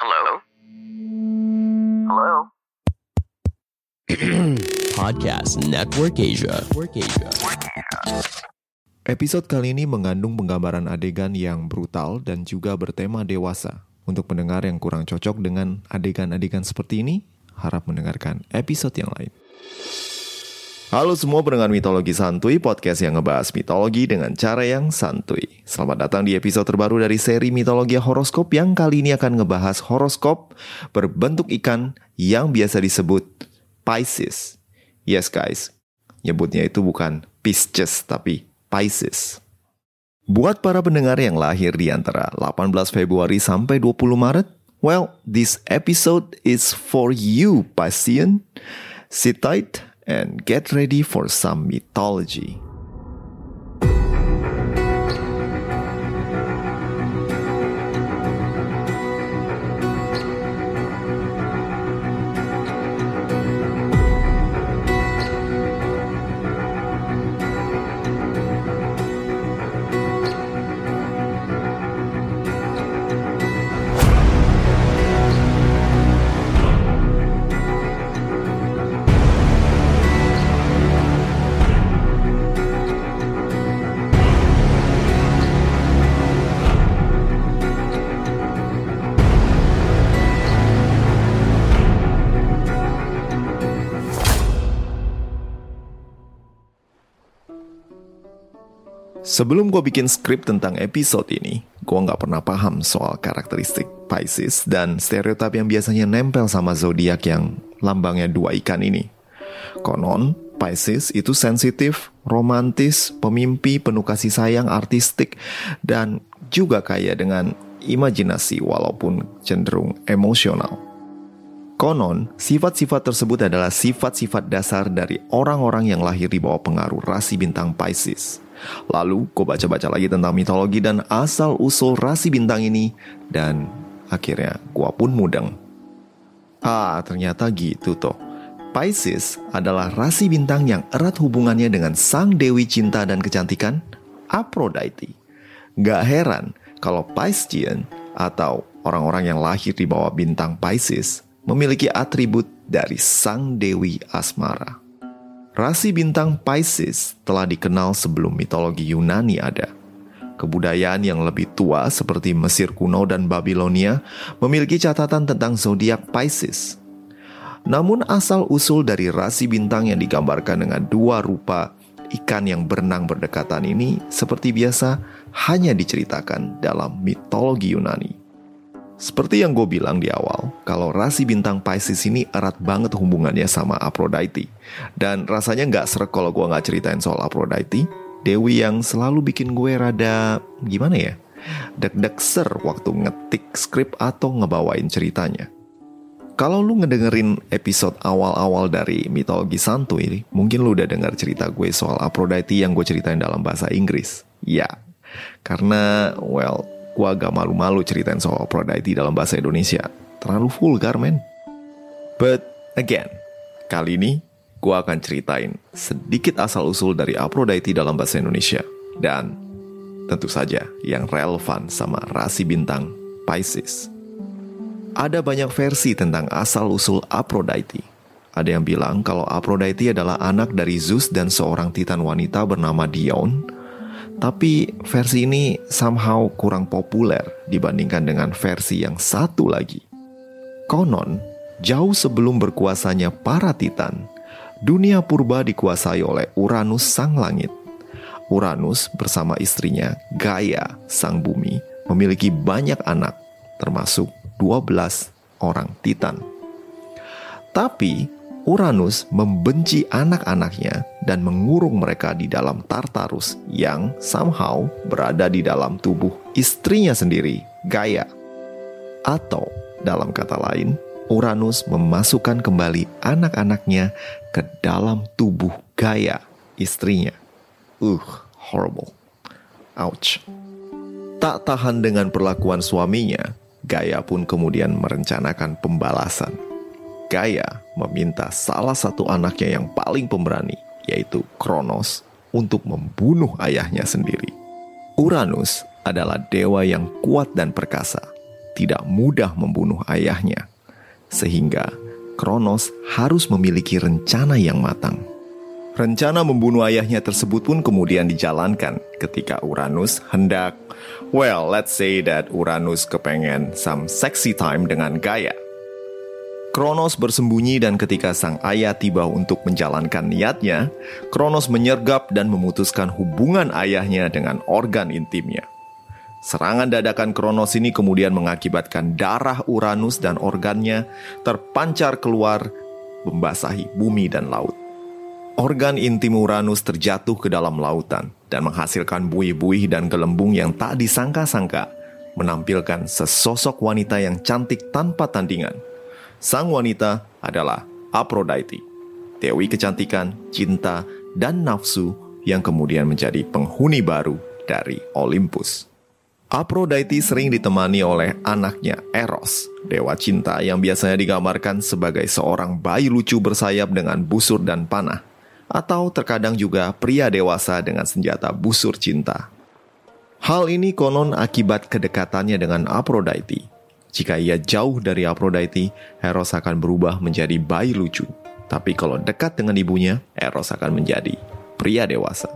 Hello? Hello? Podcast Network Asia. Episode kali ini mengandung penggambaran adegan yang brutal dan juga bertema dewasa. Untuk pendengar yang kurang cocok dengan adegan-adegan seperti ini, harap mendengarkan episode yang lain. Halo semua pendengar Mitologi Santuy, podcast yang ngebahas mitologi dengan cara yang santuy. Selamat datang di episode terbaru dari seri Mitologi Horoskop yang kali ini akan ngebahas horoskop berbentuk ikan yang biasa disebut Pisces. Yes guys, nyebutnya itu bukan Pisces tapi Pisces. Buat para pendengar yang lahir di antara 18 Februari sampai 20 Maret, well, this episode is for you, Piscean. Sit tight and get ready for some mythology. Sebelum gue bikin skrip tentang episode ini, gue gak pernah paham soal karakteristik Pisces dan stereotip yang biasanya nempel sama zodiak yang lambangnya dua ikan ini. Konon, Pisces itu sensitif, romantis, pemimpi, penuh kasih sayang, artistik, dan juga kaya dengan imajinasi walaupun cenderung emosional. Konon, sifat-sifat tersebut adalah sifat-sifat dasar dari orang-orang yang lahir di bawah pengaruh rasi bintang Pisces. Lalu, gue baca-baca lagi tentang mitologi dan asal-usul rasi bintang ini, dan akhirnya gue pun mudeng. Ternyata gitu toh. Pisces adalah rasi bintang yang erat hubungannya dengan sang dewi cinta dan kecantikan, Aphrodite. Gak heran kalau Piscean atau orang-orang yang lahir di bawah bintang Pisces memiliki atribut dari sang dewi asmara. Rasi bintang Pisces telah dikenal sebelum mitologi Yunani ada. Kebudayaan yang lebih tua seperti Mesir kuno dan Babilonia memiliki catatan tentang zodiak Pisces. Namun asal-usul dari rasi bintang yang digambarkan dengan dua rupa ikan yang berenang berdekatan ini seperti biasa hanya diceritakan dalam mitologi Yunani. Seperti yang gue bilang di awal, kalau rasi bintang Pisces ini erat banget hubungannya sama Aphrodite. Dan rasanya gak srek kalau gue gak ceritain soal Aphrodite, dewi yang selalu bikin gue rada, gimana ya, deg-deg ser waktu ngetik skrip atau ngebawain ceritanya. Kalau lu ngedengerin episode awal-awal dari Mitologi Santuy, mungkin lu udah dengar cerita gue soal Aphrodite yang gue ceritain dalam bahasa Inggris. Ya, karena, well, gue agak malu-malu ceritain soal Aphrodite dalam bahasa Indonesia. Terlalu vulgar, men. But again, kali ini gue akan ceritain sedikit asal-usul dari Aphrodite dalam bahasa Indonesia. Dan tentu saja yang relevan sama rasi bintang Pisces. Ada banyak versi tentang asal-usul Aphrodite. Ada yang bilang kalau Aphrodite adalah anak dari Zeus dan seorang titan wanita bernama Dione. Tapi versi ini somehow kurang populer dibandingkan dengan versi yang satu lagi. Konon, jauh sebelum berkuasanya para titan, dunia purba dikuasai oleh Uranus sang langit. Uranus bersama istrinya Gaia sang bumi memiliki banyak anak, termasuk 12 orang titan. Tapi Uranus membenci anak-anaknya dan mengurung mereka di dalam Tartarus yang somehow berada di dalam tubuh istrinya sendiri, Gaia. Atau dalam kata lain, Uranus memasukkan kembali anak-anaknya ke dalam tubuh Gaia, istrinya. Horrible. Ouch. Tak tahan dengan perlakuan suaminya, Gaia pun kemudian merencanakan pembalasan. Gaia meminta salah satu anaknya yang paling pemberani, yaitu Kronos, untuk membunuh ayahnya sendiri. Uranus adalah dewa yang kuat dan perkasa. tidak mudah membunuh ayahnya, sehingga Kronos harus memiliki rencana yang matang. Rencana membunuh ayahnya tersebut pun kemudian dijalankan ketika Uranus hendak, let's say that Uranus kepengen some sexy time dengan Gaia. Kronos bersembunyi dan ketika sang ayah tiba untuk menjalankan niatnya, Kronos menyergap dan memutuskan hubungan ayahnya dengan organ intimnya. Serangan dadakan Kronos ini kemudian mengakibatkan darah Uranus dan organnya terpancar keluar, membasahi bumi dan laut. Organ intim Uranus terjatuh ke dalam lautan dan menghasilkan buih-buih dan gelembung yang tak disangka-sangka, menampilkan sesosok wanita yang cantik tanpa tandingan. Sang wanita adalah Aphrodite, dewi kecantikan, cinta, dan nafsu yang kemudian menjadi penghuni baru dari Olympus. Aphrodite sering ditemani oleh anaknya Eros, dewa cinta yang biasanya digambarkan sebagai seorang bayi lucu bersayap dengan busur dan panah, atau terkadang juga pria dewasa dengan senjata busur cinta. Hal ini konon akibat kedekatannya dengan Aphrodite. Jika ia jauh dari Aphrodite, Eros akan berubah menjadi bayi lucu. Tapi kalau dekat dengan ibunya, Eros akan menjadi pria dewasa.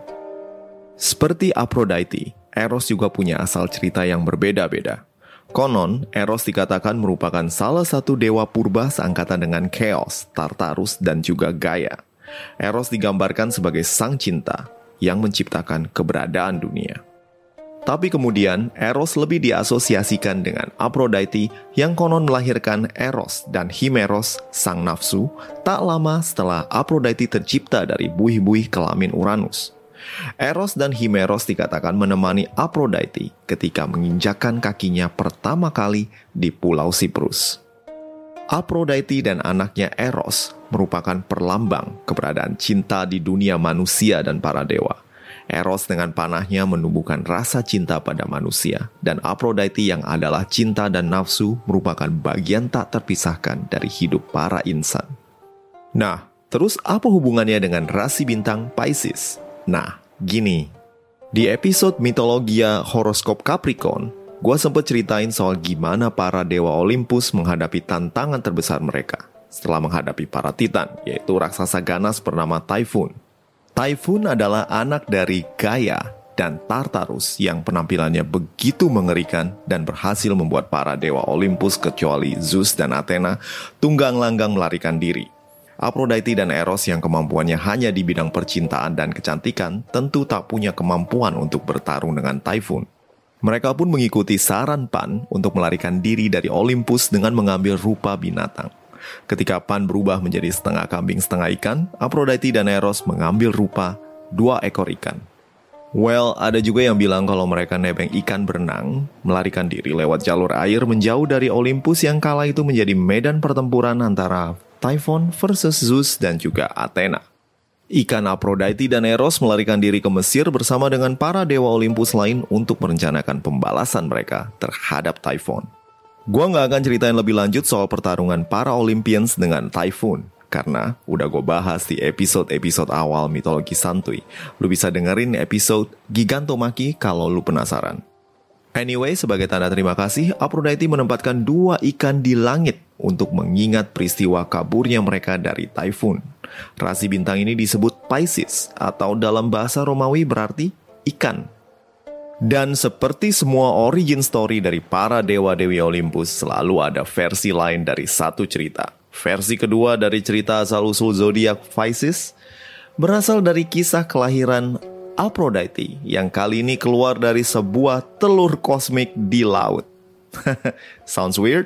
Seperti Aphrodite, Eros juga punya asal cerita yang berbeda-beda. Konon, Eros dikatakan merupakan salah satu dewa purba seangkatan dengan Chaos, Tartarus, dan juga Gaia. Eros digambarkan sebagai sang cinta yang menciptakan keberadaan dunia. Tapi kemudian, Eros lebih diasosiasikan dengan Aphrodite yang konon melahirkan Eros dan Himeros, sang nafsu, tak lama setelah Aphrodite tercipta dari buih-buih kelamin Uranus. Eros dan Himeros dikatakan menemani Aphrodite ketika menginjakkan kakinya pertama kali di Pulau Siprus. Aphrodite dan anaknya Eros merupakan perlambang keberadaan cinta di dunia manusia dan para dewa. Eros dengan panahnya menumbuhkan rasa cinta pada manusia, dan Aphrodite yang adalah cinta dan nafsu merupakan bagian tak terpisahkan dari hidup para insan. Nah, terus apa hubungannya dengan rasi bintang Pisces? Nah, gini. Di episode Mitologia Horoskop Capricorn, gue sempet ceritain soal gimana para dewa Olympus menghadapi tantangan terbesar mereka setelah menghadapi para titan, yaitu raksasa ganas bernama Typhon. Typhon adalah anak dari Gaia dan Tartarus yang penampilannya begitu mengerikan dan berhasil membuat para dewa Olympus kecuali Zeus dan Athena tunggang-langgang melarikan diri. Aphrodite dan Eros yang kemampuannya hanya di bidang percintaan dan kecantikan tentu tak punya kemampuan untuk bertarung dengan Typhon. Mereka pun mengikuti saran Pan untuk melarikan diri dari Olympus dengan mengambil rupa binatang. Ketika Pan berubah menjadi setengah kambing setengah ikan, Aphrodite dan Eros mengambil rupa 2 ekor ikan. Ada juga yang bilang kalau mereka nebeng ikan berenang, melarikan diri lewat jalur air menjauh dari Olympus yang kala itu menjadi medan pertempuran antara Typhon versus Zeus dan juga Athena. Ikan Aphrodite dan Eros melarikan diri ke Mesir bersama dengan para dewa Olympus lain untuk merencanakan pembalasan mereka terhadap Typhon. Gua nggak akan ceritain lebih lanjut soal pertarungan para Olympians dengan Typhon, karena udah gue bahas di episode-episode awal mitologi santuy. Lu bisa dengerin episode Gigantomachy kalau lu penasaran. Anyway, sebagai tanda terima kasih, Aphrodite menempatkan 2 ikan di langit untuk mengingat peristiwa kaburnya mereka dari Typhon. Rasi bintang ini disebut Pisces, atau dalam bahasa Romawi berarti ikan. Dan seperti semua origin story dari para dewa-dewi Olympus, selalu ada versi lain dari satu cerita. Versi kedua dari cerita asal-usul zodiak Pisces berasal dari kisah kelahiran Aphrodite yang kali ini keluar dari sebuah telur kosmik di laut. Sounds weird?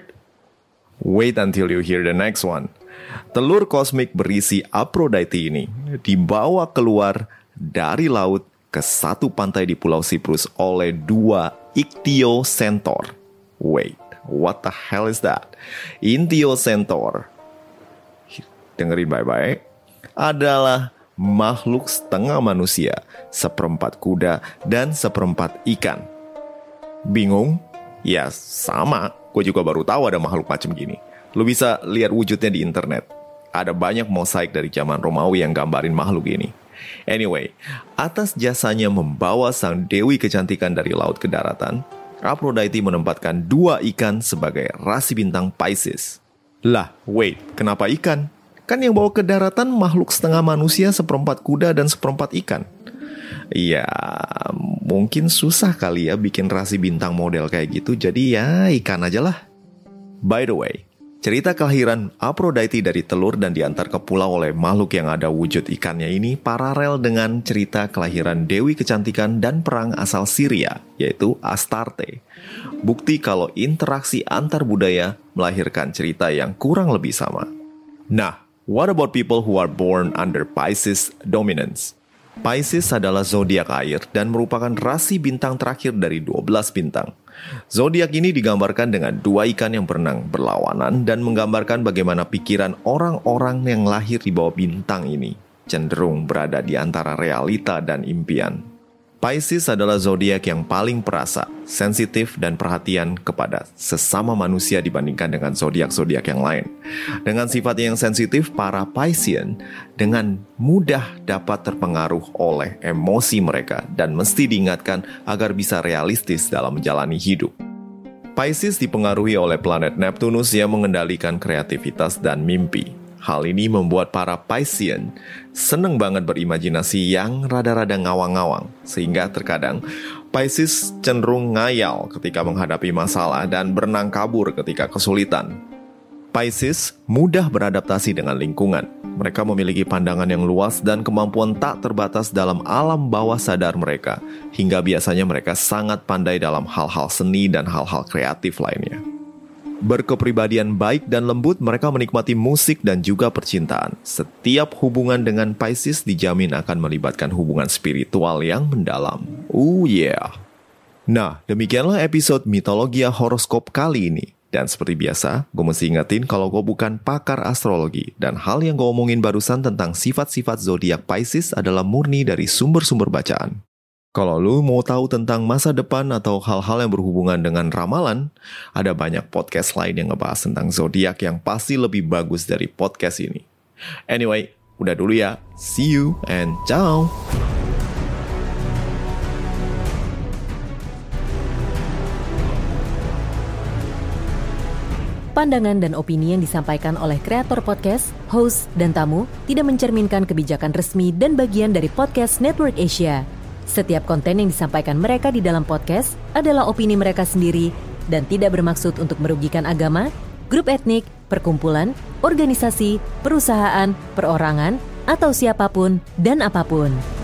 Wait until you hear the next one. Telur kosmik berisi Aphrodite ini dibawa keluar dari laut ke satu pantai di Pulau Siprus oleh 2 Ichthyocentor. Wait, what the hell is that? Ichthyocentor, dengerin baik-baik, adalah makhluk setengah manusia, seperempat kuda, dan seperempat ikan. Bingung? Ya sama, gue juga baru tahu ada makhluk macam gini. Lu bisa lihat wujudnya di internet. Ada banyak mosaik dari zaman Romawi yang gambarin makhluk ini. Anyway, atas jasanya membawa sang dewi kecantikan dari laut ke daratan, Aphrodite menempatkan 2 ikan sebagai rasi bintang Pisces. Lah, wait, kenapa ikan? Kan yang bawa ke daratan makhluk setengah manusia, seperempat kuda, dan seperempat ikan. Ya, mungkin susah kali ya bikin rasi bintang model kayak gitu, jadi ya ikan aja lah. By the way, cerita kelahiran Aphrodite dari telur dan diantar ke pulau oleh makhluk yang ada wujud ikannya ini paralel dengan cerita kelahiran Dewi Kecantikan dan perang asal Syria, yaitu Astarte. Bukti kalau interaksi antar budaya melahirkan cerita yang kurang lebih sama. Nah, what about people who are born under Pisces dominance? Pisces adalah zodiak air dan merupakan rasi bintang terakhir dari 12 bintang. Zodiak ini digambarkan dengan 2 ikan yang berenang berlawanan dan menggambarkan bagaimana pikiran orang-orang yang lahir di bawah bintang ini cenderung berada di antara realita dan impian. Pisces adalah zodiak yang paling perasa, sensitif, dan perhatian kepada sesama manusia dibandingkan dengan zodiak-zodiak yang lain. Dengan sifatnya yang sensitif, para Piscean dengan mudah dapat terpengaruh oleh emosi mereka dan mesti diingatkan agar bisa realistis dalam menjalani hidup. Pisces dipengaruhi oleh planet Neptunus yang mengendalikan kreativitas dan mimpi. Hal ini membuat para Piscean seneng banget berimajinasi yang rada-rada ngawang-ngawang, sehingga terkadang Pisces cenderung ngayal ketika menghadapi masalah dan berenang kabur ketika kesulitan. Pisces mudah beradaptasi dengan lingkungan. Mereka memiliki pandangan yang luas dan kemampuan tak terbatas dalam alam bawah sadar mereka, hingga biasanya mereka sangat pandai dalam hal-hal seni dan hal-hal kreatif lainnya. Berkepribadian baik dan lembut, mereka menikmati musik dan juga percintaan. Setiap hubungan dengan Pisces dijamin akan melibatkan hubungan spiritual yang mendalam. Oh yeah. Nah, demikianlah episode Mitologia Horoskop kali ini. Dan seperti biasa, gue mesti ingetin kalau gue bukan pakar astrologi. Dan hal yang gue omongin barusan tentang sifat-sifat zodiak Pisces adalah murni dari sumber-sumber bacaan. Kalau lu mau tahu tentang masa depan atau hal-hal yang berhubungan dengan ramalan, ada banyak podcast lain yang ngebahas tentang zodiak yang pasti lebih bagus dari podcast ini. Anyway, udah dulu ya. See you and ciao! Pandangan dan opini yang disampaikan oleh kreator podcast, host, dan tamu tidak mencerminkan kebijakan resmi dan bagian dari Podcast Network Asia. Setiap konten yang disampaikan mereka di dalam podcast adalah opini mereka sendiri dan tidak bermaksud untuk merugikan agama, grup etnik, perkumpulan, organisasi, perusahaan, perorangan, atau siapapun dan apapun.